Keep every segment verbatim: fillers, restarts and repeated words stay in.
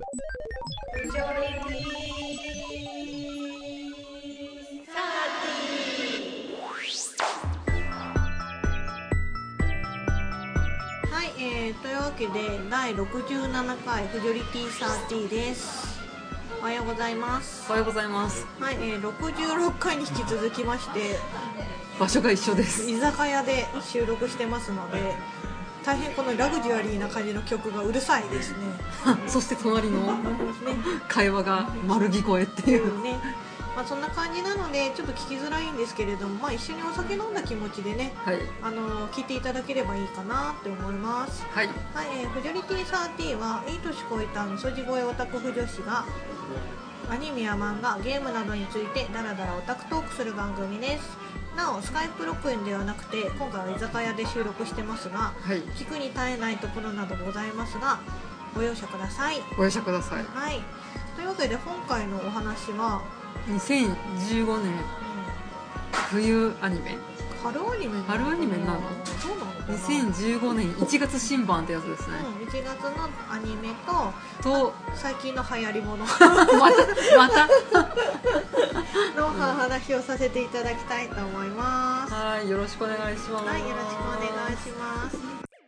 フジョリティサーティー。はい、えー、というわけでだいろくじゅうななかいフジョリティサーティーです。おはようございます。 おはようございます。 はい、えー、ろくじゅうろっかいに引き続きまして場所が一緒です。 居酒屋で収録してますので、大変このラグジュアリーな感じの曲がうるさいですね。 そして隣の会話が丸聞こえっていうね、まあ、そんな感じなのでちょっと聞きづらいんですけれども、まあ、一緒にお酒飲んだ気持ちでね、 はい、 あの聞いていただければいいかなって思います。 はい、 はい、えー、フジョリティサーティーはいい年こえたみそじ声オタク婦女子がアニメや漫画、ゲームなどについてダラダラオタクトークする番組です。なおスカイプ録音ではなくて今回は居酒屋で収録してますが、 はい、 聞くに耐えないところなどございますがご容赦ください。 ご容赦ください。 はい、というわけで今回のお話はにせんじゅうごねん冬アニメ、 春アニメなの？ 春アニメなの？ そうなのかな？ にせんじゅうごねんいちがつ新版ってやつですね。 うん、いちがつのアニメとと最近の流行りものまたまたの話をさせていただきたいと思います。 はい、よろしくお願いします。 はい、よろしくお願いします。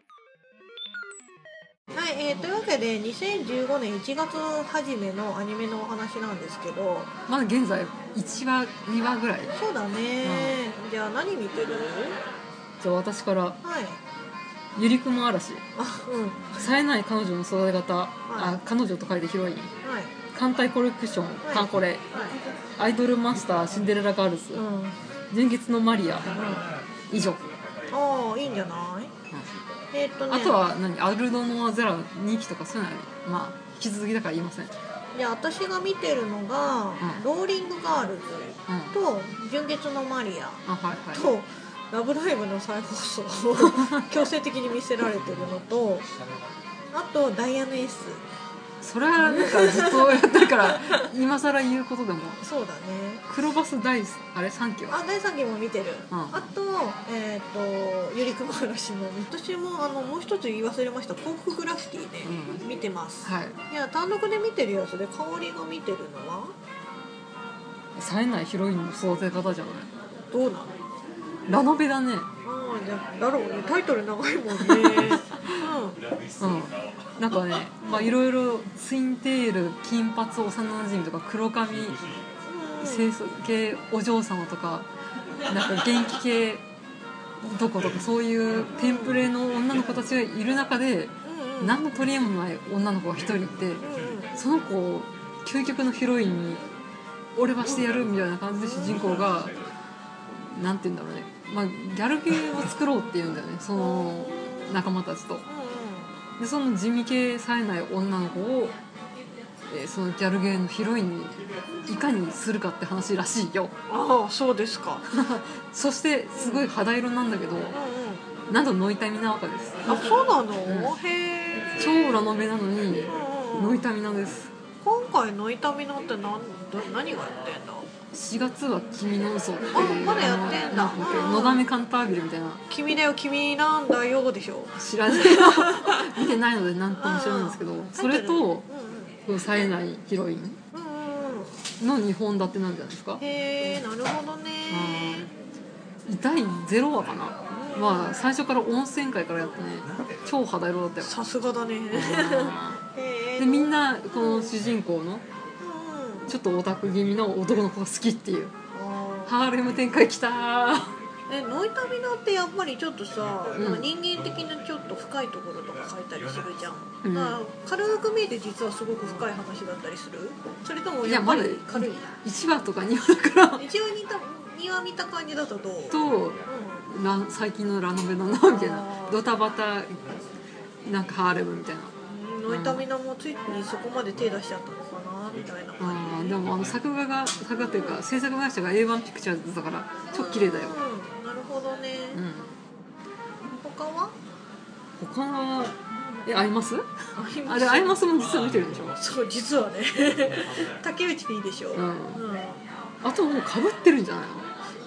はい、えー、というわけでにせんじゅうごねんいちがつ初めのアニメのお話なんですけど、 まだ現在いちわにわぐらい。 そうだね、うん、じゃあ何見てる？ じゃあ私から、 はい、 ゆりくも嵐、 あ、うん、 冴えない彼女の育て方、はい、あ、彼女と書いてヒロイン、はい、艦隊コレクション、はい、カンコレ、はい、アイドルマスターシンデレラガールズ、うん、純潔のマリア、うん、以上。 ああ、いいんじゃない？うん、えーっとね、 あとは何、アルドノアゼラにきとかそういうのは、まあ引き続きだから言いません。 で、私が見てるのが、うん、ローリングガールズと、うん、純潔のマリア、あ、はいはい、とラブライブの再放送を強制的に見せられてるのと、あとダイヤの S。 それはなんかずっとやってるから今更言うことでも。 そうだね。 黒バス大あれさんきは、 あ、だいさんきも見てる、うん、あと、えー、とゆりくも嵐も私もあのもう一つ言い忘れました、幸福グラフィティで見てます、うん、はい、いや単独で見てるやつで香りが見てるのは冴えないヒロインの育て方じゃない？ どうなの？ ラノベだね。 ああ、じゃだろうね、タイトル長いもんねうん、うん、 なんかね、まあいろいろツインテール、金髪幼馴染とか黒髪清楚系お嬢様とかなんか元気系どことかそういうテンプレの女の子たちがいる中で、何の取り柄もない女の子が一人いて、その子を究極のヒロインに俺はしてやるみたいな感じで主人公がなんて言うんだろうね、まあ、ギャルゲーを作ろうっていうんだよね、その仲間たちと。でその地味系冴えない女の子を、えー、そのギャルゲーのヒロインにいかにするかって話らしいよ。 ああ、そうですかそしてすごい肌色なんだけど、うんうん、なんとノイタミなわけです。 あ、そうなの、うん、 へー、超ラノベなのに、うんうん、ノイタミナです。 今回ノイタミナって何、何がやってんだ？ しがつは君の嘘っていう、 あ、まだやってんだ。 のだめカンタービルみたいな、 君だよ君なんだよでしょ。 知らない見てないので何とも知らないんですけど、それと、うんうん、冴えないヒロインのにほん立てなんじゃないですか。 へー、なるほどね。 だいゼロわかな、うん、まあ最初から温泉街からやってね、超肌色だったよ。 さすがだねでみんなこの主人公のちょっとオタク気味の男の子が好きっていう、ハーレム展開きたー。 え、ノイタミナってやっぱりちょっとさ、うん、なんか人間的なちょっと深いところとか書いたりするじゃん、うん、だから軽く見えて実はすごく深い話だったりする？それともやっぱり軽い？ いちわとかにわだからいちわにたにわ見た感じだとどう？ と、うん、ラ最近のラノベだなみたいな、ドタバタなんかハーレムみたいな。 ノイタミナもついにそこまで手出しちゃったのかなみたいな感じ。 あ、でもあの作画が作画というか制作会社が エーワン ピクチャーズだから超綺麗だよ、 うん、なるほどね、うん、他は他はえアイマスあれアイマスも実は見てるでしょ。 そう実はね竹内でいいでしょ、うんうん、 あともう被ってるんじゃないの？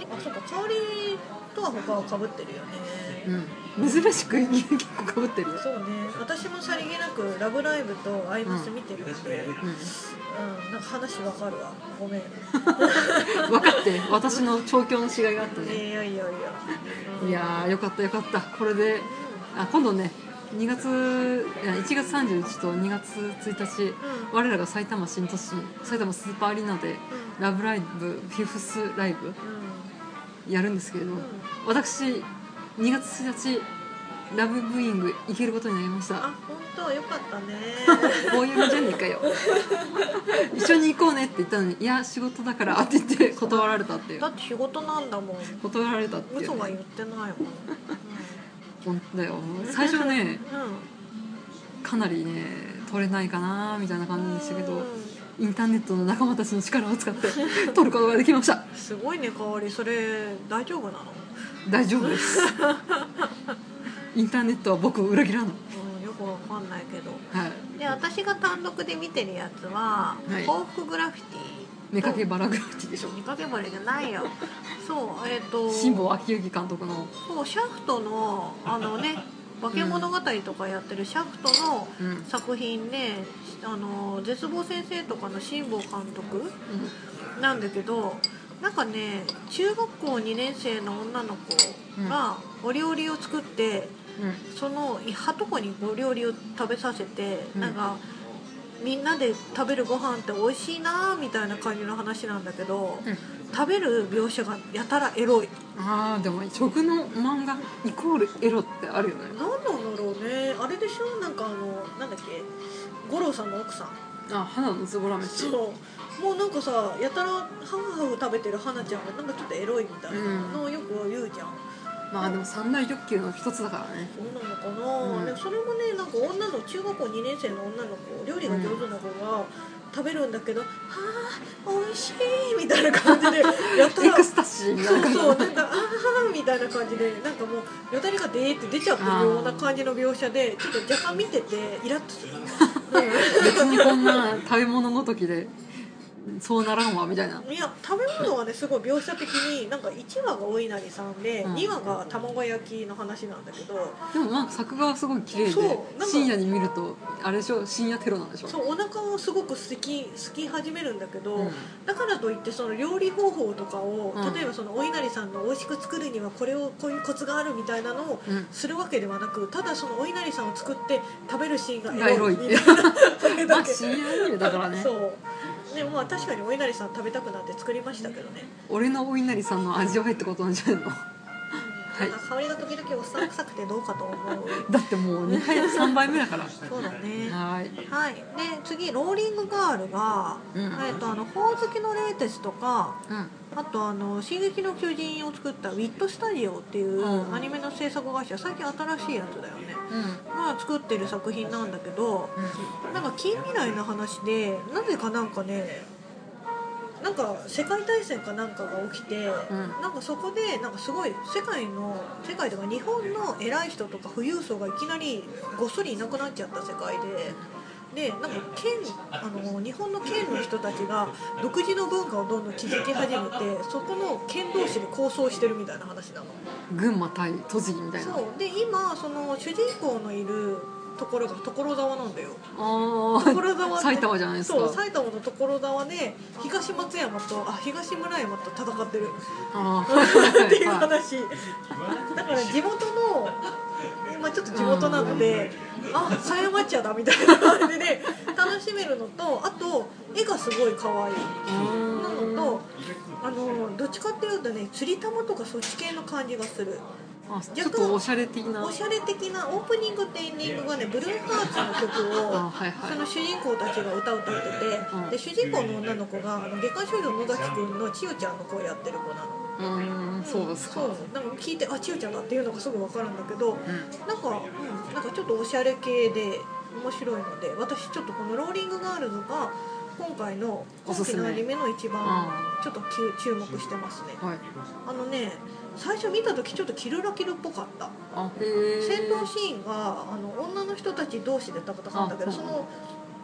あ、そうか、香りとは他は被ってるよね。 うん、珍しく結構被ってるよ。 そうね、私もさりげなくラブライブとアイマス見てるんで、うん、 うんうん、なんか話わかるわ、ごめん。 分かって私の調教の違いがあったね。 いやいやいや、 うん、いやーよかったよかった。これであ今度ねにがついやいちがつさんじゅういちとにがつついたち、うん、我らが埼玉新都心埼玉スーパーアリーナで、うん、ラブライブフィフスライブやるんですけれど、うん、私にがつついたちラブブーイング行けることになりました。 あ、本当よかったね。 こういうのじゃねえかよ。一緒に行こうねって言ったのに、いや仕事だからって言って断られたっていう。 だって仕事なんだもん。 断られたっていう、ね、 嘘は言ってないもん。 本当だよ。最初ね、うん、かなりね取れないかなみたいな感じでしたけど、インターネットの仲間たちの力を使って取ることができました。 すごいね、香り。それ大丈夫なの？ 大丈夫です。インターネットは僕を裏切らない。 うん、よくわかんないけど、 はい、 で私が単独で見てるやつは、はい、幸福グラフィティ、 目かけバラグラフィティでしょ。 目かけバラじゃないよ。そう、えっ、ー、と辛坊昭之監督の、 そう、シャフトのあのね化け物語とかやってるシャフトの作品で、うん、あの絶望先生とかの辛坊監督なんだけど、なんかね中学校にねん生の女の子がお料理を作って、うん、そのはとこにお料理を食べさせて、うん、なんかみんなで食べるご飯って美味しいなみたいな感じの話なんだけど、うん、食べる描写がやたらエロい。 あーでも食の漫画イコールエロってあるよね。 何なんだろうね。あれでしょ、なんかあのなんだっけ、五郎さんの奥さん、 あ、花のズボラ飯。 そうもうなんかさ、やたらハフハフ食べてる花ちゃんがなんかちょっとエロいみたいなのをよく言うじゃん、うん、 まあでも三大欲求の一つだからね。 そうなのかな、うん、でもそれもね、なんか女の中学校にねん生の女の子、料理が上手な子が食べるんだけど、うん、はあ美味しいみたいな感じでやったらエクスタシーみたいな感じ、 そうそう、なんかああみたいな感じで、なんかもうよだれがデーって出ちゃってるような感じの描写で、ちょっと若干見ててイラッとする。 別にこんな食べ物の時でそうならんわみたいな。 いや食べ物はねすごい描写的に、なんかいちわがお稲荷さんで、うん、にわが卵焼きの話なんだけど、 でもなんか作画はすごい綺麗で、深夜に見るとあれでしょ、深夜テロなんでしょ。 そう、お腹をすごく好き好き始めるんだけど、うん、だからといってその料理方法とかを、うん、例えばそのお稲荷さんの美味しく作るにはこれをこういうコツがあるみたいなのをするわけではなく、ただそのお稲荷さんを作って食べるシーンがエロいみたいなそれだけ。まあ深夜アニメだからね。 そうでもまあ確かにお稲荷さん食べたくなって作りましたけどね。 俺のお稲荷さんの味わいってことなんじゃないの。 はい、香りが時々おっさん臭くてどうかと思う。 だってもうにはいさんばいめだから。 そうだね。 はい、 はい、で次ローリングガールが、うん、えっとあのほおずきの冷徹とか、うん、あとあの進撃の巨人を作ったウィットスタジオっていうアニメの制作会社、最近新しいやつだよね、うん、が作ってる作品なんだけど、うん、なんか近未来の話で、なぜかなんかね、なんか世界大戦かなんかが起きて、うん、なんかそこでなんかすごい世界の世界とか日本の偉い人とか富裕層がいきなりごっそりいなくなっちゃった世界で、でなんか県あの日本の県の人たちが独自の文化をどんどん築き始めて、そこの県同士で抗争してるみたいな話なの。 群馬対栃木みたいな。 そうで今その主人公のいるところが所沢なんだよ。 あ所沢埼玉じゃないですか。 そう、埼玉の所沢で東松山とあ東村山と戦ってるあっていう話だから地元の、まあ、ちょっと地元なので、あ狭山茶だみたいな感じで楽しめるのと、あと絵がすごい可愛いなのと、あのどっちかっていうとね、釣り玉とかそっち系の感じがする。 あちょっとおしゃれ的なおしゃれ的なオープニングとエンディングがね、ブルーハーツの曲を、 はいはい、 その主人公たちが歌歌ってて、うん、で主人公の女の子があの月刊少女野崎くんの千代ちゃんの声やってる子なの。 うーん、そうですか。 そうなんか聞いて、あ千代ちゃんだっていうのがすぐ分かるんだけど、うん、なんか、うん、なんかちょっとおしゃれ系で面白いので、私ちょっとこのローリングガールズが今回の今期のアニメの一番ちょっと注目してますね、 はい、 あのね最初見た時ちょっとキルラキルっぽかった。 あ戦闘シーンがあの女の人たち同士で戦うんだけど、その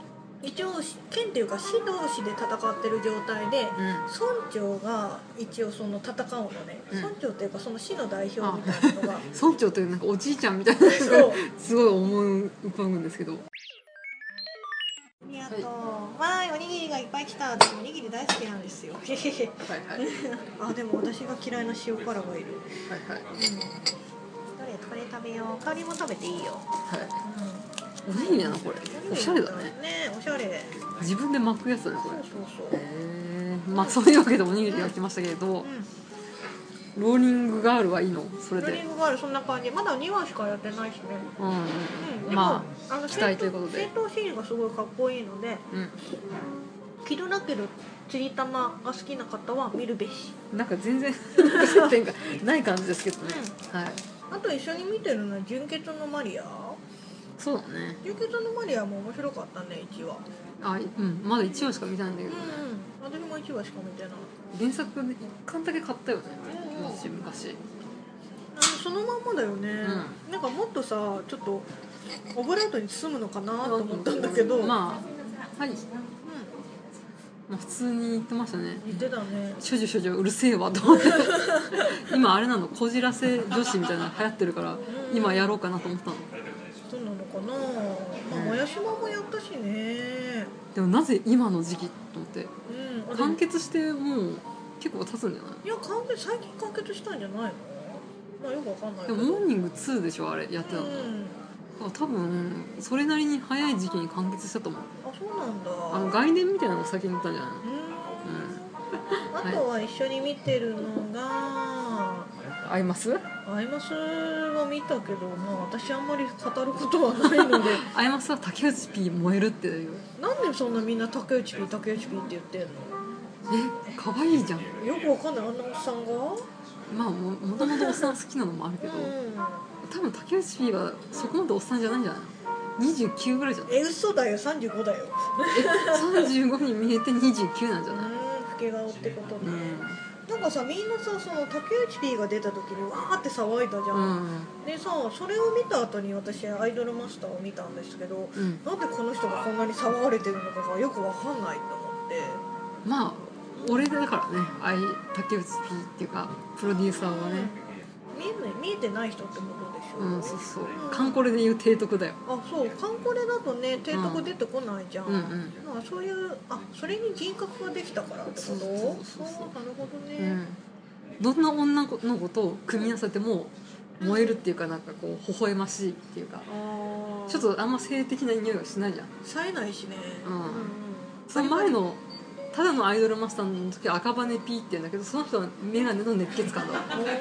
一応県っていうか市同士で戦ってる状態で、 うん村長が一応その戦うのね、 うん村長っていうかその市の代表みたいなのが村長というなんかおじいちゃんみたいなのがそうすごい思い浮かぶんですけど、 ありがとう、わーいおにぎりがいっぱい来た。私おにぎり大好きなんですよへへへはいはいあでも私が嫌いな塩辛がいる、 はいはいうん、どれこれ食べよう。香りも食べていいよ、 はい。 うん、 おにぎりなのこれ、おしゃれだね。 ねおしゃれ。 自分で巻くやつだねこれ。 そうそうそう、 へえ。まあそういうわけでおにぎりが来ましたけれど、 うん、 ローリングガールはいいのそれで。 ローリングガールそんな感じ。まだにわしかやってないしね、 うんうんうん、 うん。 でもまあの期待ということで戦闘シーンがすごいかっこいいので、 うん。 キルラキル釣り玉が好きな方は見るべし。 なんか全然接点がない感じですけどね。はい。 あと一緒に見てるのは純潔のマリア。 そうだね。 純潔のマリアも面白かったね、いちわ。 あ、うん。まだいちわしか見たんだけどね。 うん、私もいちわしか見てない。 原作でいっかんだけ買ったよね。 うんうん、 私昔。 あのそのまんまだよね、 うなんかもっとさちょっとオブラートに包むのかなと思ったんだけど、 まあはい。 うまあ普通に言ってましたね。 ん、言ってたね。 処女処女うるせえわと思って今あれなのこじらせ女子みたいなの流行ってるから今やろうかなと思ったの。 そうなのかな、まあ、もやしまもやったしね。 でもなぜ今の時期と思ってうん、 完結してもう結構経つんじゃない？ いや完結最近完結したんじゃないの？まあよくわかんないけでど。 もモーニングツーでしょあれやってたの、 うん、 多分それなりに早い時期に完結したと思う。 あそうなんだ。 あの外伝みたいなのが先に行ったんじゃないの？ うん、あとは一緒に見てるのが、 合いますアイマスは見たけど、まあ私あんまり語ることはないので合いますは竹内 P 燃えるっていう。 なんでそんなみんな竹内 P 竹内 P って言ってんの？ え可愛いじゃん。 よくわかんないあんなおっさんが。 まあ も, もともとおっさん好きなのもあるけど、 うん、 多分竹内 P はそこまでおっさんじゃないんじゃないの？にじゅうきゅうぐらいじゃない？ え嘘だよさんじゅうごだよ。 えさんじゅうごに見えてにじゅうきゅうなんじゃない？ うん老け顔ってことね、 うなんかさみんなさその竹内 P が出た時にわーって騒いだじゃん、 んうんでさそれを見た後に私アイドルマスターを見たんですけど、 うんなんでこの人がこんなに騒がれてるのかがよくわかんないと思って。 まあ俺だからねあい竹内 P っていうかプロデューサーはね、 見えない見えてない人ってことでしょ。 うんそうそううんカンコレでいう提督だよ。 あそうカンコレだとね提督出てこないじゃん、 うんうんなんかそういうあそれに人格ができたからってこと？ そうそうそうそうあなるほどね、 うんどんな女の子と組み合わせても燃えるっていうかなんかこう微笑ましいっていうかあちょっとあんま性的な匂いがしないじゃん。 冴えないしね、 うんうんうん、 その前のただのアイドルマスターの時は赤羽 P って言うんだけどその人はメガネの熱血感だわ。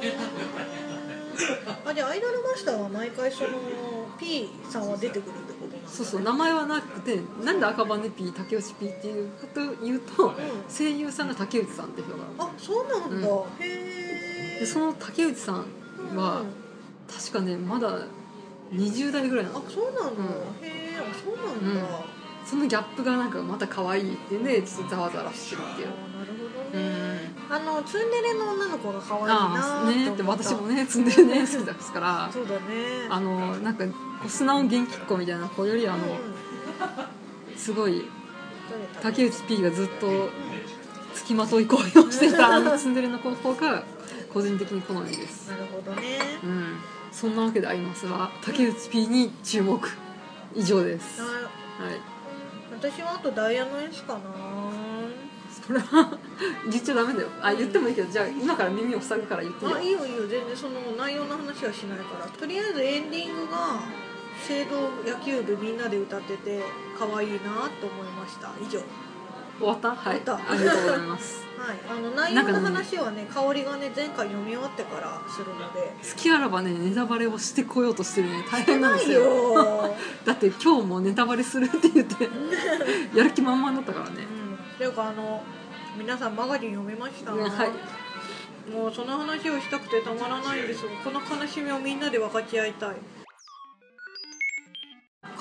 あじゃあアイドルマスターは毎回その P さんは出てくるってことなんだ、ね、 そうそう名前はなくてなんで赤羽 P 竹内 P っていうかというと、 ん声優さんが竹内さんって人があそうなんだ、 うんへえ。 でその竹内さんは、 うん確かねまだにじゅう代ぐらいなの。 あそうなんだ、 うんへえあそうなんだ、 うんそのギャップがなんかまた可愛いっていうんでちょっとざわざわしてるっていう。 あなるほどうね、 んあのツンデレの女の子が可愛いなああねーって思ったって私もね積んでるね好きですからそうだねあのなんかこう素直元気っ子みたいな子よりあのうんすごいどれ食べ竹内 P がずっと付きまとい恋をしていたあのツンデレの子の方が個人的に好みです。 なるほどね、 うんそんなわけでありますは竹内 P に注目以上です。 あはい私はあとダイヤの S かな。 それは言っちゃダメだよ。あ言ってもいいけどじゃあ今から耳を塞ぐから言っていいよ。 あいいよいいよ全然その内容の話はしないからとりあえずエンディングが聖堂野球部みんなで歌ってて可愛いなと思いました。以上。 終わった？はい終わったありがとうございますはいあの内容の話はね香りがね前回読み終わってからするので好きあらばねネタバレをしてこようとしてるね大変なんですないよよだって今日もネタバレするって言ってやる気満々だったからね。 うんっていうかあの皆さんマガジン読みました？ ねはいもうその話をしたくてたまらないんですがこの悲しみをみんなで分かち合いたい。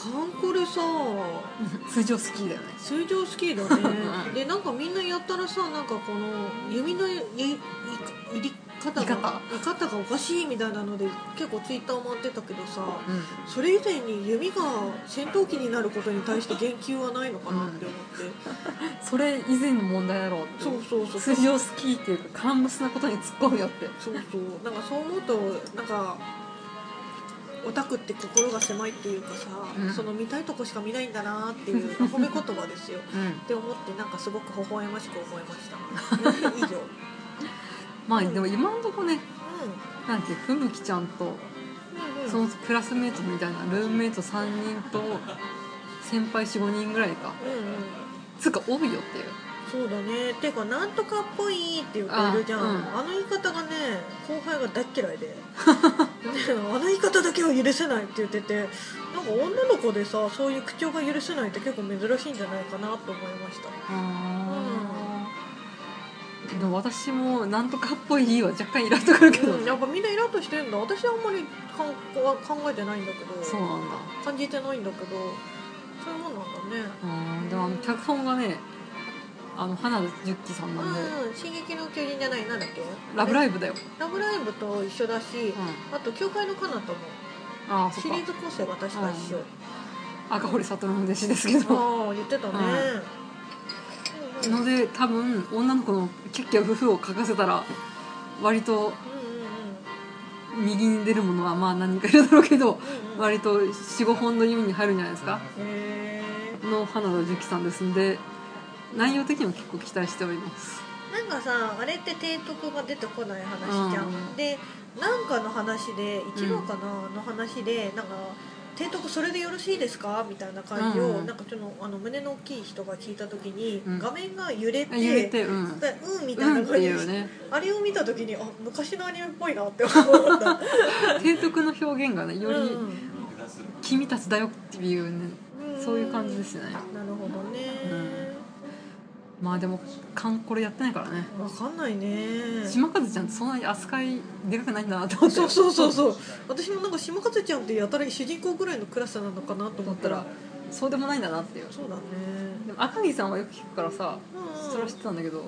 カンコレさ通常スキーだよね。 通常スキーだねでなんかみんなやったらさなんかこの弓のいい入り方がい方がおかしいみたいなので結構ツイッター回ってたけどさ、うん、それ以前に弓が戦闘機になることに対して言及はないのかなって思って、うん、 それ以前の問題だろうって。 そうそうそう通常スキーっていうかカランブスなことに突っ込むよって。 そうそうなんかそう思うとなんかオタクって心が狭いっていうかさ、うん、その見たいとこしか見ないんだなっていう褒め言葉ですよ、うん、って思ってなんかすごく微笑ましく思いました以上まあ、うん、でも今のとこね、うん、なんてふむきちゃんと、うんうん、そのクラスメートみたいなルームメイトさんにんと先輩 よん,ご 人ぐらいか、うんうん、つうか多いよっていう。 そうだね。てかなんとかっぽいっていう子いるじゃん。あ,、うん、あの言い方がね後輩が大嫌いであの言い方だけは許せないって言ってて、なんか女の子でさそういう口調が許せないって結構珍しいんじゃないかなと思いました。 うん、でも私もなんとかっぽいは若干イラっとくるけど、 うん、やっぱみんなイラっとしてるんだ。私はあんまりかん考えてないんだけど。 そうなんだ。 感じてないんだけどそういうもんなんだね。 うん、でも脚本がねあの花田十喜さんなんで、 うん、進撃の巨人じゃないなんだっけラブライブだよ。 ラブライブと一緒だし、うん、あと教会の彼方もあシリーズ構成が確か一緒、うん、 赤堀悟の弟子ですけどああ言ってたね、 うん、ので多分女の子のキャッキャフフを書かせたら割と右に出るものはまあ何人かいるだろうけど、うんうん、割と よん,ご 本の弓に入るんじゃないですか。 への花田十喜さんですんで内容的にも結構期待しております。 なんかさあれって提督が出てこない話じゃん、うん、でなんかの話で一郎かな、うん、の話でなんか提督それでよろしいですかみたいな感じを、うん、なんかちょっとあの胸の大きい人が聞いた時に、うん、画面が揺れて揺れて、うん、 うんみたいな感じで、うんね、あれを見た時にあ昔のアニメっぽいなって思った提督の表現がねより、うん、君たちだよっていうね、うん、そういう感じですね。なるほどね、 うん、まあでも勘これやってないからね分かんないね。 島和ちゃんってそんなに扱いでかくないんだなって思って。 そうそうそうそう私もなんか島和ちゃんってやたら主人公ぐらいのクラスなのかなと思ったらそうでもないんだなっていう。 そうだね。 でも赤木さんはよく聞くからさ、うんうん、それは知ってたんだけど、うん、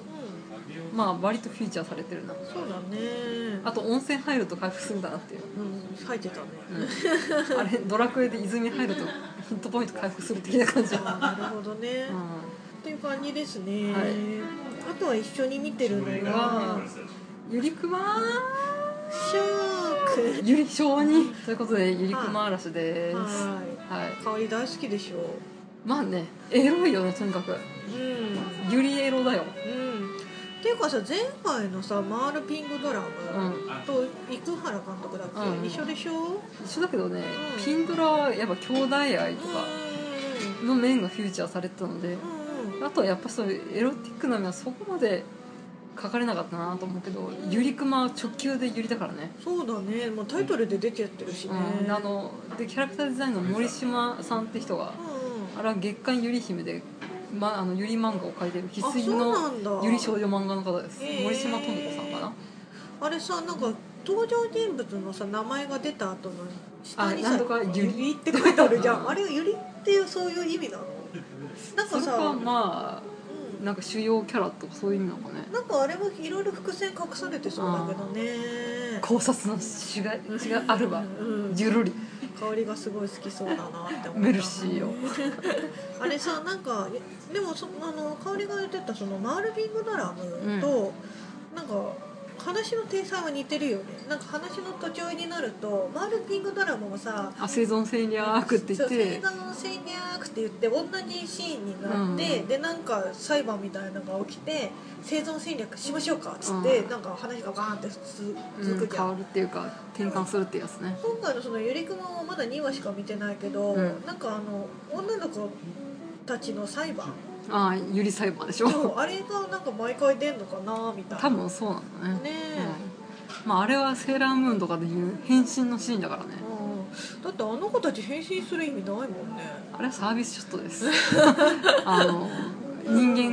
まあ割とフィーチャーされてるな。 そうだね。 あと温泉入ると回復するんだなっていう、 うん、入ってたね、 うん、あれドラクエで泉入るとヒットポイント回復する的な感じ。 あなるほどね、うん、っていう感じですね、はい、あとは一緒に見てるのがゆりくまショークゆり昭和にということでゆりくま嵐です。はい、 はい、香り大好きでしょ。 まあねエロいよねとにかく、うん、ゆりエロだよ、 うんっていうかさ前回のさマールピングドラムと生原監督だっけ、うん、一緒でしょ。 一緒だけどね、うん、ピンドラはやっぱ兄弟愛とかの面がフューチャーされてたので、うんうん、あとはやっぱそういうエロティックな面はそこまで書かれなかったなと思うけど、ゆりくまは直球でゆりだからね。 そうだね、もうタイトルで出ちゃってるしね、 うん、あのでキャラクターデザインの森島さんって人が、うんうん、あれは月刊ゆり姫でま、あのゆり漫画を描いてる生粋のゆり少女漫画の方です。森島智子さんかな。 あれさなんか登場人物のさ名前が出た後の下にさなんとかゆりって書いてあるじゃんあれゆりっていうそういう意味なの。なんかさそれかまあ、うん、なんか主要キャラとかそういう意味なのかね。 なんかあれもいろいろ伏線隠されてそうだけどね。 考察のしがしがあるわ、うん、ジュルリ香りがすごい好きそうだなって思った。 メルシーよあれさなんかでもそあの香りが言ってたそのマールビングドラムと、うん、なんか話の体裁は似てるよね。なんか話の途中になるとマールピングドラムもさあ生存戦略って言って生存戦略って言って同じシーンになって、うん、でなんか裁判みたいなのが起きて生存戦略しましょうかっつって、うん、なんか話がバーンって続くじゃん、 うん、変わるっていうか転換するってやつね。 今回のそのゆりくまはまだにわしか見てないけど、うん、なんかあの女の子たちの裁判ああゆり裁判でしょ。 あれがなんか毎回出んのかなみたいな。 多分そうなんだね。ねえ、うん、まああれはセーラームーンとかでいう変身のシーンだからね。 うん、だってあの子たち変身する意味ないもんね。 あれはサービスショットですあの人間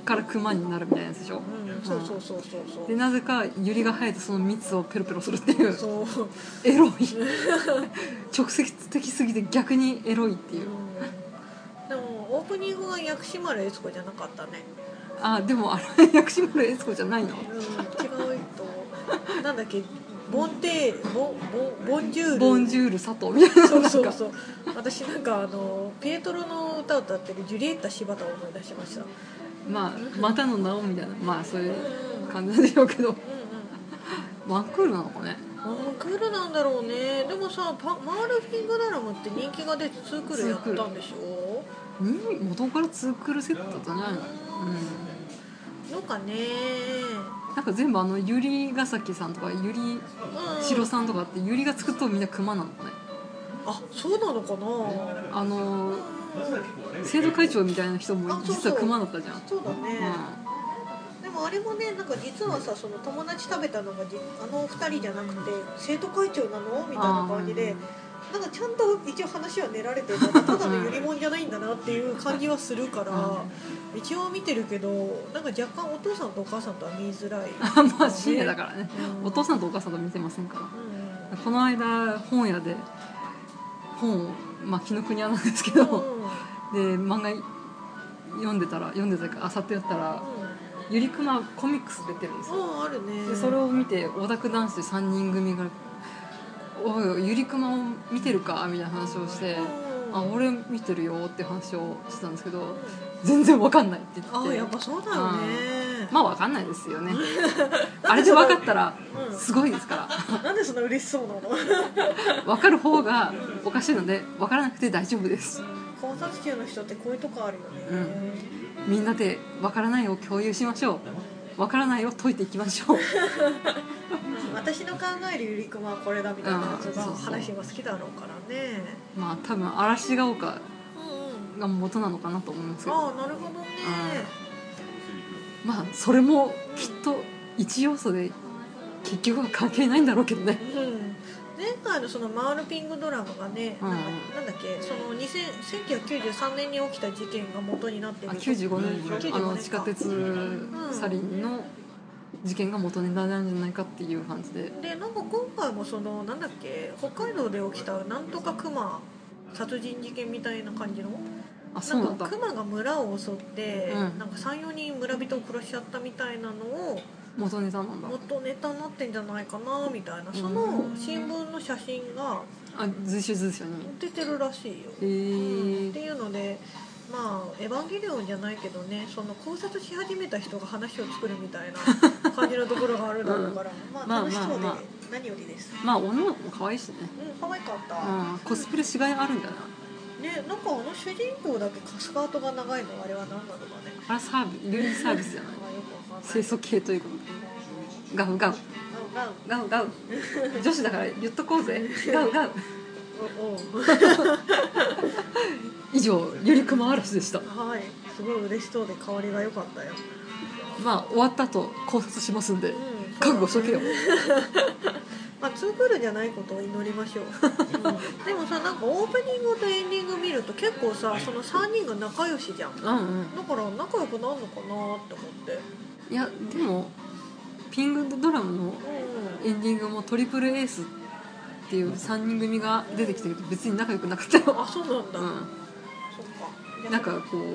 からクマになるみたいなやつでしょ、 うん、そうそうそうそうそうでなぜかユリが生えてその蜜をペロペロするっていうそうエロい直接的すぎて逆にエロいっていう、 うん、でもオープニングは薬師丸悦子じゃなかったね。 あでもあれ薬師丸悦子じゃないの、 うん、違うとなんだっけボンテーボンボンボンジュールボンジュール佐藤みたいな、 そうそうそう私なんかあのピエトロの歌を歌ってるジュリエッタ柴田を思い出しました。 まあまたの名をみたいな、まあそういう感じなんでしょうけど、 うんうん、 ワンクールなのかね。 ワンクールなんだろうね。でもさパマールフィングダラムって人気が出てツークールやったんでしょ。 に元からツークールセットだったんじゃないの、 うん、のかね。 なんか全部あのゆりがさきさんとかゆりしろさんとかってゆりが作ったのみんな熊なのね。 あ、そうなのかな。 あの生徒会長みたいな人も実は熊だったじゃん。 そうだね、うん、でもあれもねなんか実はさその友達食べたのがあのふたりじゃなくて生徒会長なのみたいな感じでなんかちゃんと一応話は練られてるただのゆりもんじゃないんだなっていう感じはするから、うん、一応見てるけどなんか若干お父さんとお母さんとは見づらい、ね、 まあ深夜だからね、うん、お父さんとお母さんと見てませんから、うん、この間本屋で本をまあ紀ノ国屋なんですけど、うん、で漫画読んでたら読んでたかあさってやったら、うん、ゆりくまコミックス出てるんですよ。 あるね。 でそれを見てオタク男子さんにん組がおいゆりくまを見てるかみたいな話をして、うん、あ俺見てるよって話をしてたんですけど、うん、全然わかんないって言って。 あやっぱそうだよね、 うん、まあわかんないですよねあれでわかったらすごいですから、 うん、なんでそんな嬉しそうなのわかる方がおかしいのでわからなくて大丈夫です。 考察中の人ってこういうとこあるよね、 うん、みんなでわからないを共有しましょう。わからないを解いていきましょう私の考えるゆりくまはこれだみたいなやつが話が好きだろうからね。 まあ多分嵐が丘が元なのかなと思いますけど、 ああなるほどね。 まあそれもきっと一要素で結局は関係ないんだろうけどね、 うん、前回のそのマールピングドラマがね、うん、なんかなんだっけそのせんきゅうひゃくきゅうじゅうさんねんに起きた事件が元になってる。 あきゅうじゅうごねんでしょ、あの地下鉄サリンの事件が元ネタなんじゃないかっていう感じで、 でなんか今回もそのなんだっけ北海道で起きたなんとかクマ殺人事件みたいな感じの、 あそうなんだ、 なんかクマが村を襲って、 うん、 なんか さんよにん村人を殺しちゃったみたいなのを元ネタなんだ、 元ネタになってんじゃないかなみたいな、その新聞の写真があ随所随所に出てるらしいよ。 へー、 うん、っていうのでまあエヴァンゲリオンじゃないけどねその考察し始めた人が話を作るみたいな感じのところがあるだろうから、うん、まあ楽しそうで何よりです。 まあ女の子も可愛いしね。 うん可愛かった、 うん、コスプレしがいあるんじゃないね。なんかあの主人公だけスカートが長いのあれは何なのかね。 あれサービスユニサービスじゃない清楚系ということガウガウガウガウ女子だから言っとこうぜガウガウおお以上ゆりくま嵐でした。 はい、すごい嬉しそうで香りが良かったよ。 まあ終わった後考察しますんで、うん、覚悟しとけよまあツークールじゃないことを祈りましょう、うん、でもさなんかオープニングとエンディング見ると結構さそのさんにんが仲良しじゃん、うんうん、だから仲良くなるのかなって思って。 いやでもピングドラムのエンディングもトリプルエースっていうさんにん組が出てきたけど別に仲良くなかったよ。 あそうなんだ、うん、そっか。 なんかこう、うん、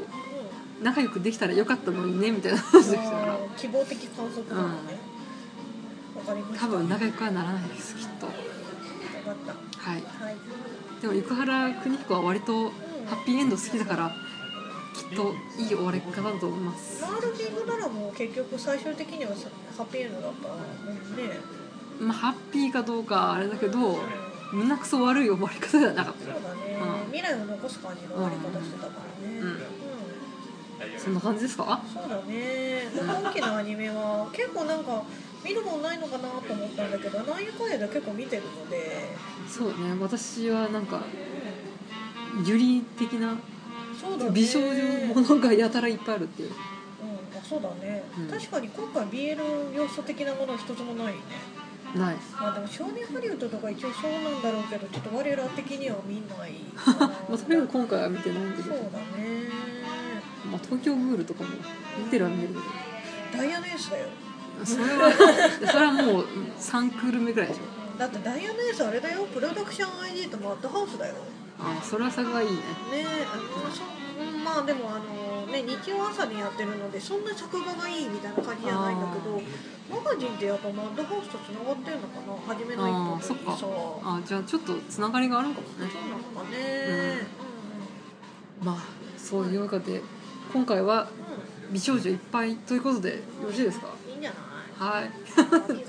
仲良くできたらよかったのにねみたいな話でしたから希望的観測なのね、うん、分かりました。 多分仲良くはならないですきっと。 分かった、 はい、 はい、 でも生原邦彦は割とハッピーエンド好きだからきっといい終わり方だと思います。 マールピングドラマも結局最終的にはハッピーエンドだったもんね。 まあハッピーかどうかあれだけどみんなクソ悪い終わり方ではなかった。 そうだね、うん、未来を残す感じの終わり方してたからね、うんうん、 そんな感じですか。 そうだね。今期のアニメは結構なんか見るもんないのかなと思ったんだけどなんやかんやで結構見てるので。 そうね私はなんかユリ的なそうだね、 美少女ものがやたらいっぱいあるっていう、うん、 あそうだね、うん、確かに今回 ビーエル 要素的なものは一つもないね。 ない。 まあでも少年ハリウッドとか一応そうなんだろうけどちょっと我ら的には見ないかなまあそれも今回は見てないんだけど。 そうだね。 まあ、東京グールとかも見てるは見てるけど、 ダイヤのエースだよ。 それはそれはもうさんクール目ぐらいでしょ。 だってダイヤのエースあれだよ、プロダクション アイディー とマッドハウスだよ。 ああ、それは差がいいね。 ねえ、あのそまあでもあのね、日曜朝にやってるのでそんな作画がいいみたいな感じじゃないんだけど、マガジンってやっぱマッドハウスとつながってるのかな、初めのああ、 一そっか。 歩にさ。 あ、じゃあちょっとつながりがあるのかもね。 そうなのかね。 まあそういうわけで今回は美少女いっぱいということでよろしいですか。 うん、いいんじゃない。 はい。 秋が入る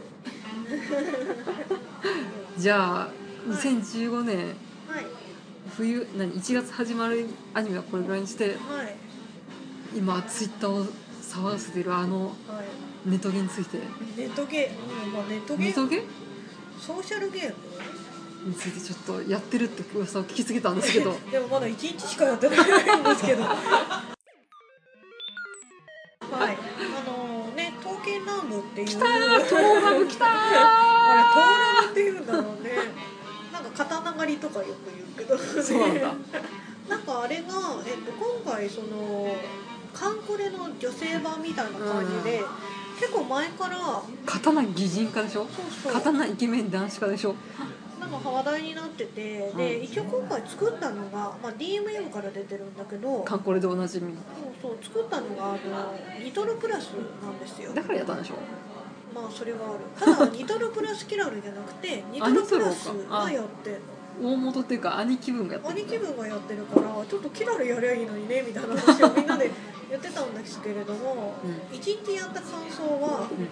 じゃあにせんじゅうごねんはい冬何いちがつ始まるアニメはこれぐらいにして、 はい今ツイッターを騒がせているあのはい。 ネトゲについて、 ネットゲーム、まあ、ネットゲームネトゲソーシャルゲームについてちょっとやってるって噂を聞きつけたんですけどでもまだいちにちしかやってないんですけどはい、あのね、刀剣乱舞っていう来たートーラブ来たーあれ、トーラブっていうんだろうね。なんか刀狩りとかよく言うけど、ね、 そうなんだ。 なんかあれが、えっと、今回そのカンコレの女性版みたいな感じで、うん、結構前から刀擬人化でしょ。 そうそう、 刀イケメン男子化でしょ。 なんか話題になってて、で、一応今回作ったのが、まあ、ディーエムエム から出てるんだけど、 カンコレでおなじみ。 そうそう、作ったのがあのリトルプラスなんですよ。 だからやったんでしょ。 まあそれはある。ただニトロプラスキラルじゃなくてニトロプラスがやってんの。 大元っていうか兄貴分がやってる。 兄貴分がやってるからちょっとキラルやりゃいいのにねみたいな話をみんなで言ってたんですけれども、一、うん、日やった感想は、うん、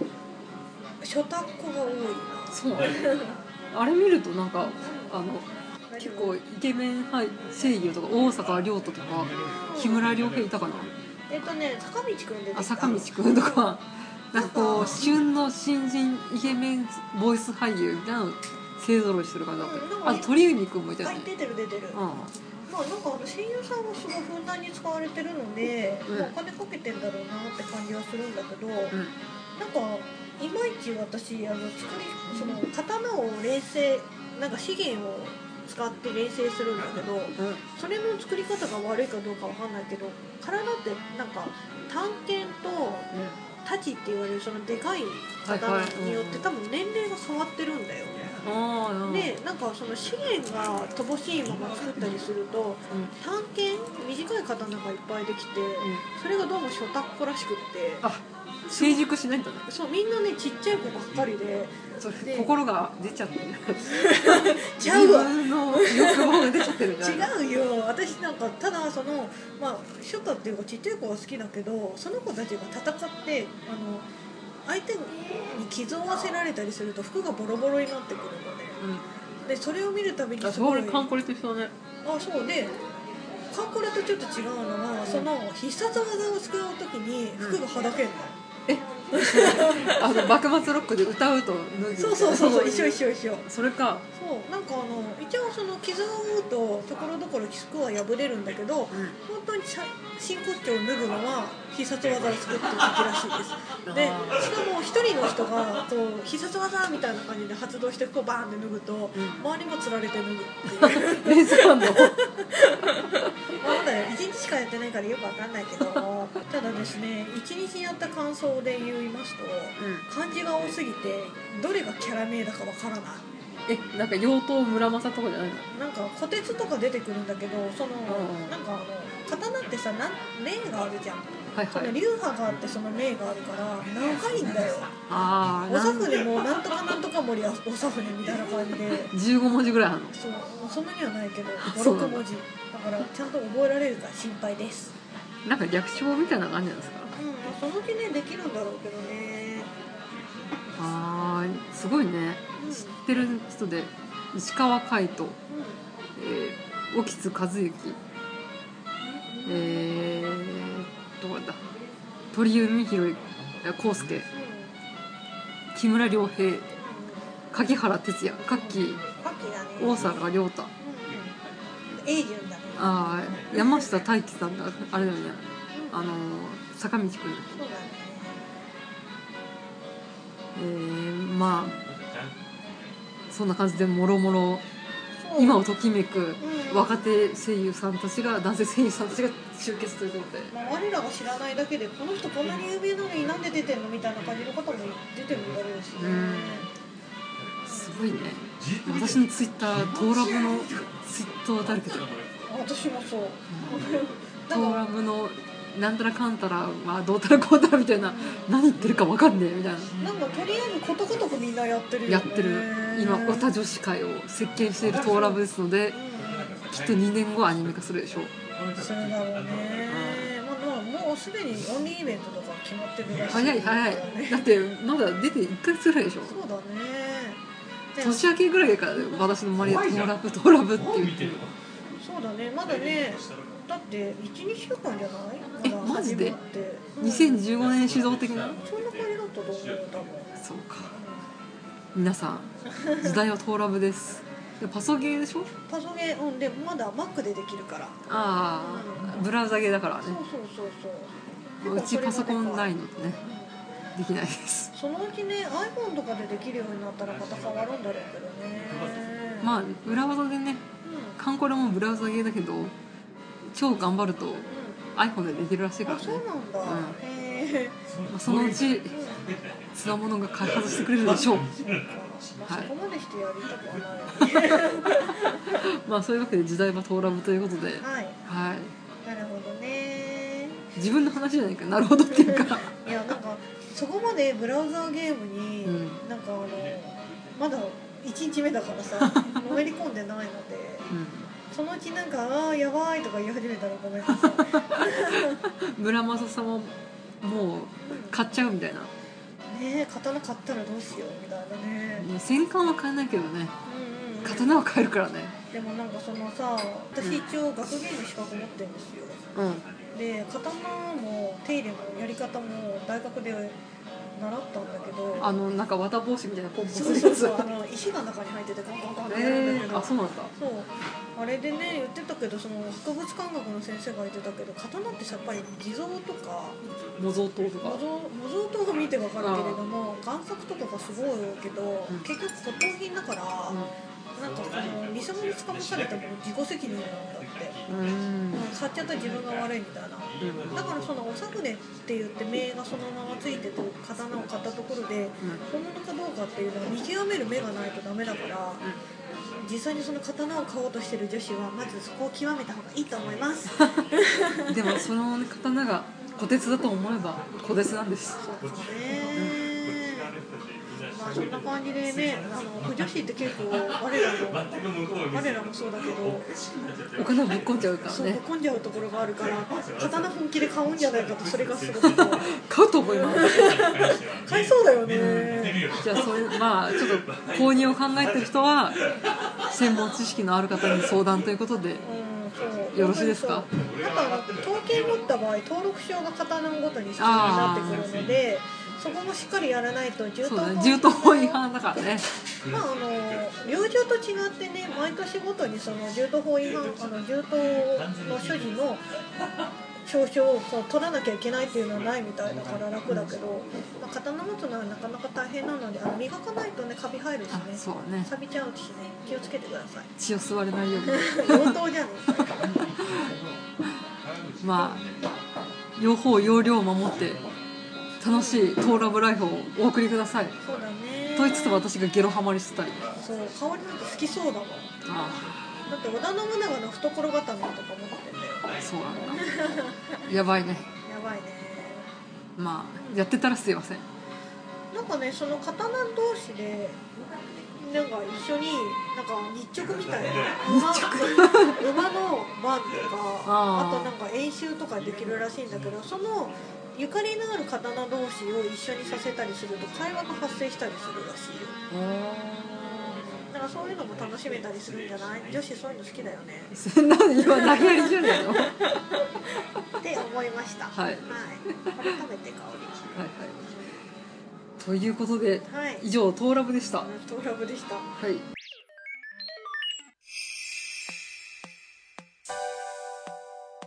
初タッコが多いな。 そうね。あれ見るとなんかあの結構イケメン声優とか大阪亮太とか木村良平いたかな。 えっとね坂道くん出てきた。 あ、坂道くんとか。なんかこう旬の新人イケメンボイス俳優みたいなの勢ぞろいしてる感じだったよ、うん、あと鳥海くんもいたよね。 出てる出てる、うん、まあなんかあの声優さんもすごいふんだんに使われてるので、うん、お金かけてんだろうなって感じはするんだけど、うん、なんかいまいち私あの作りその刀を冷製なんか資源を使って冷製するんだけど、うん、それの作り方が悪いかどうかわかんないけど体ってなんか探検と、うん太刀って言われるそのでかい刀によって多分年齢が変わってるんだよね。でなんかその資源が乏しいまま作ったりすると、うん、探検短い刀がいっぱいできて、うん、それがどうも初タッコらしくって、 あ成熟しないんだね。 そうみんなねちっちゃい子ばっかりで、 それ心が出ちゃってるちゃうわ自分の欲望が出ちゃってるじゃない。 違うよ私なんかただそのまあ初太っていうかちっちゃい子が好きだけどその子たちが戦ってあの相手に傷を負わせられたりすると服がボロボロになってくるのね、うん、でそれを見るたびにすごいカンコレと一緒だね。 あそうでカンコレとちょっと違うのは、うん、その必殺技を使う時に服がはだけんの、 うん、えあの幕末ロックで歌うと脱ぐ。 そうそうそうそう一緒一緒一緒。 それか。 そうなんかあの一応その傷を負うとところどころ服は破れるんだけど、うん、本当に真骨頂を脱ぐのは必殺技を作ってる時らしいです。でしかも一人の人がこう必殺技みたいな感じで発動してこうバーンって脱ぐと、うん、周りもつられて脱ぐっていう。 えそうなんだ。 まだいちにちしかやってないからよくわかんないけどただですねいちにちやった感想で言いますと、うん、漢字が多すぎてどれがキャラ名だかわからない。 えなんか妖刀村正とかじゃないの。 なんか虎鉄とか出てくるんだけどその、うん、なんかあの刀ってさなん名があるじゃん、はいはい、その流派があってその名があるから長いんだよ。あおさ船もなんとかなんとか森はおさ船みたいな感じでじゅうごもじぐらいあるの。 そうそんなにはないけどごろくもじだからちゃんと覚えられるか心配です。 なんか略称みたいな感じなんですか。 うんそのうちねできるんだろうけどね。 あーすごいね、うん、知ってる人で石川海人、うんえー、沖津和幸、えー、どこだ鳥海博康介、うん、木村良平柿原哲也カッキー大阪亮太、 うん、エイジュンだね。 あ山下大輝さんだあれだよね、うん、あの坂道くん。そうだね。えー、まあそんな感じでもろもろ今をときめくうん若手声優さんたちが男性声優さんたちが集結ということで、 まあ、我らが知らないだけでこの人こんなに有名なのになんで出てんのみたいな感じの方も出てるんだろうしね。 すごいね。私のツイッタートーラブのツイートだらけで、 私もそう、 トーラブのなんたらかんたらはどうたらこうたらみたいな、何言ってるか分かんねえみたいな、 なんかとりあえずことごとくみんなやってるよね。 やってる。今オタ女子会を席巻しているトーラブですので、きっとにねんごアニメ化するでしょう。 それだろうね、まあ、まあもうすでにオンリーイベントとか決まってるらしい、 早い早い、だってまだ出ていっかげつぐらいでしょ。 そうだね。 年明けぐらいから私の周りでトーラブトーラブって言ってる。 そうだね、まだね、だっていち、にしゅうかんじゃない？ えまだマジで始まってにせんじゅうごねん主導的な。 そんな感じだったと思う、多分。 そうか、皆さん時代はトーラブです。でパソゲーでしょ。 パソゲー、うん、でもまだ Mac でできるから。 ああ、ブラウザゲーだからね。 そうそうそうそう。 うちパソコンないい。 のでね、できないです。 そのうちね、iPhone とかでできるようになったらまた変わるんだろうけどね。 まあ裏技でね、 うん、 カンコレもブラウザゲーだけど超頑張るとうん、 iPhone でできるらしいからあ、 ね。 そうなんだ。 うんへえ。 まあ、そのうちつわものが開発してくれるでしょう。 まあ、 はいそこまでしてやりたくはない。 まあそういうわけで時代はトーラブということで、 はい。 はい、 なるほどね。 自分の話じゃないか、なるほどっていうかいや、なんかそこまでブラウザーゲームに、 うんなんかあのまだいちにちめだからさのめり込んでないので、 うそのうちなんかあーやばいとか言い始めたらごめんなさい。 ん、村正さんももう買っちゃうみたいな。 ねえ、刀買ったらどうしようみたいなね。 戦艦は買えないけどね、 うんうんうん、 刀は買えるからね。 でもなんかそのさ、私一応学芸の資格持ってるんですよ。 うん、 で刀も手入れもやり方も大学で習ったんだけど、 あのなんか綿帽子みたいなポンポンそうそうそう、あの石が中に入っててコンコンコンってやるんだけえー、 ど、 あそうなんだ。 そうあれでね言ってたけど、その博物館学の先生が言ってたけど、刀ってさやっぱり地蔵とか模造刀とか模造模造刀が見てわかるけれども、贋作とかがすごいけど、 うん結局骨董品だから、なんかその偽物に捕まされても自己責任なんだって、 うんうんもう買っちゃった自分が悪いみたいな。だからそのおさぐれって言って名がそのままついてて刀を買ったところで本物かどうかっていうのは見極める目がないとダメだから、実際にその刀を買おうとしてる女子はまずそこを極めた方がいいと思います。 でもその刀が虎鉄だと思えば虎鉄なんです。 そうですね。まあそんな感じでね、あの女子って結構我らの我らもそうだけど、 お金をぶっ込んじゃうからそうね。 ぶっ込んじゃうところがあるから、刀本気で買うんじゃないかと、それがすごく買うと思います。 買いそうだよね。 じゃあそういうまあちょっと購入を考えてる人は専門知識のある方に相談ということで、 うん、そうよろしいですか。 あとあの統計持った場合登録証が刀ごとに必要になってくるので、そこもしっかりやらないと銃刀そうだね、銃刀法違反だからね。 まああの猟銃と違ってね、毎年ごとにその銃刀法違反、あの銃刀の所持の証書をそう取らなきゃいけないっていうのはないみたいだから楽だけど、まあ、刀持つのはなかなか大変なので、あの磨かないとねカビ生えるしね、 あそうね、 錆びちゃうしね、気をつけてください。 血を吸われないように妖刀じゃねまあ用法用量を守って楽しいトーラブライフをお送りください。 そうだね。 と言いつつ私がゲロハマりしてたり。 そう、香りなんて好きそうだもん。 あだって織田信長の懐刀とか持ってんだよ。 あそうなんだ。やばいね。 やばいね。 まあやってたらすいません。 なんかね、その刀同士でなんか一緒になんか日直みたいな馬, 馬の番とか あ, あとなんか演習とかできるらしいんだけど、そのゆかりのある刀同士を一緒にさせたりすると会話が発生したりするらしいよ。だからそういうのも楽しめたりするんじゃない？女子そういうの好きだよね。 何今投げやりじゃないの？ って思いました。 はい。はい、 これ食べて香り。 はいはい。ということで、 はい、 以上トーラブでした。 トーラブでした。 はい。 は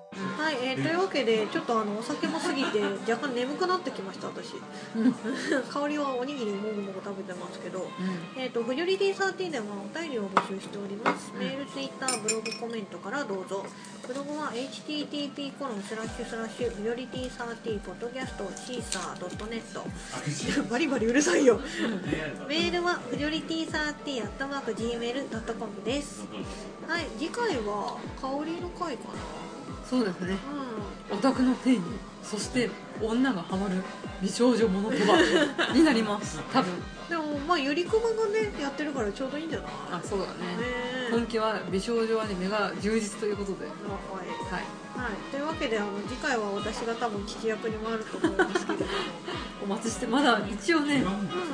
はい、えー、というわけでちょっとあのお酒も過ぎて若干眠くなってきました私香りはおにぎりもぐもぐ食べてますけど、うん、えーとフジョリティサーティーではお便りを募集しております、うん、メール、ツイッター、ブログ、コメントからどうぞ。ブログは エイチティーティーピーコロンスラッシュスラッシュフジョリティサーティーポッドキャストシーサードットネットバリバリうるさいよメールはフジョリティサーティーアットマークジーメールドットコムです。はい、次回は香りの回かな。 そうですね、うん、オタクの定義、そして女がハマる美少女ものとはになります多分。 でもまあゆりくまがねやってるからちょうどいいんじゃない。 あ、そうだね、今期は美少女アニメが充実ということで、はい、 はいはい、というわけであの次回は私が多分聞き役に回ると思いますけれどもお待ちして、まだ一応ね、うんうん、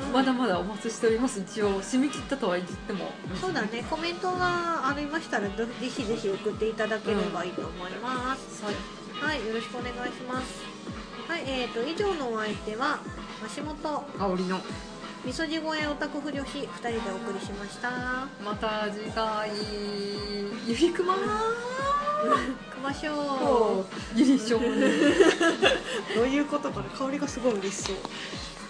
まだまだお待ちしております。一応締め切ったとは言っても、 そうだね、コメントがありましたらぜひぜひ送っていただければいいと思います、うん、はい、はい、よろしくお願いします。はい、えーと以上のお相手は橋本香りのみそじ声オタク不女子ふたりでお送りしました。 また次回ゆりくまーくましょうゆりしょうどういうことかな、香りがすごい嬉しそう。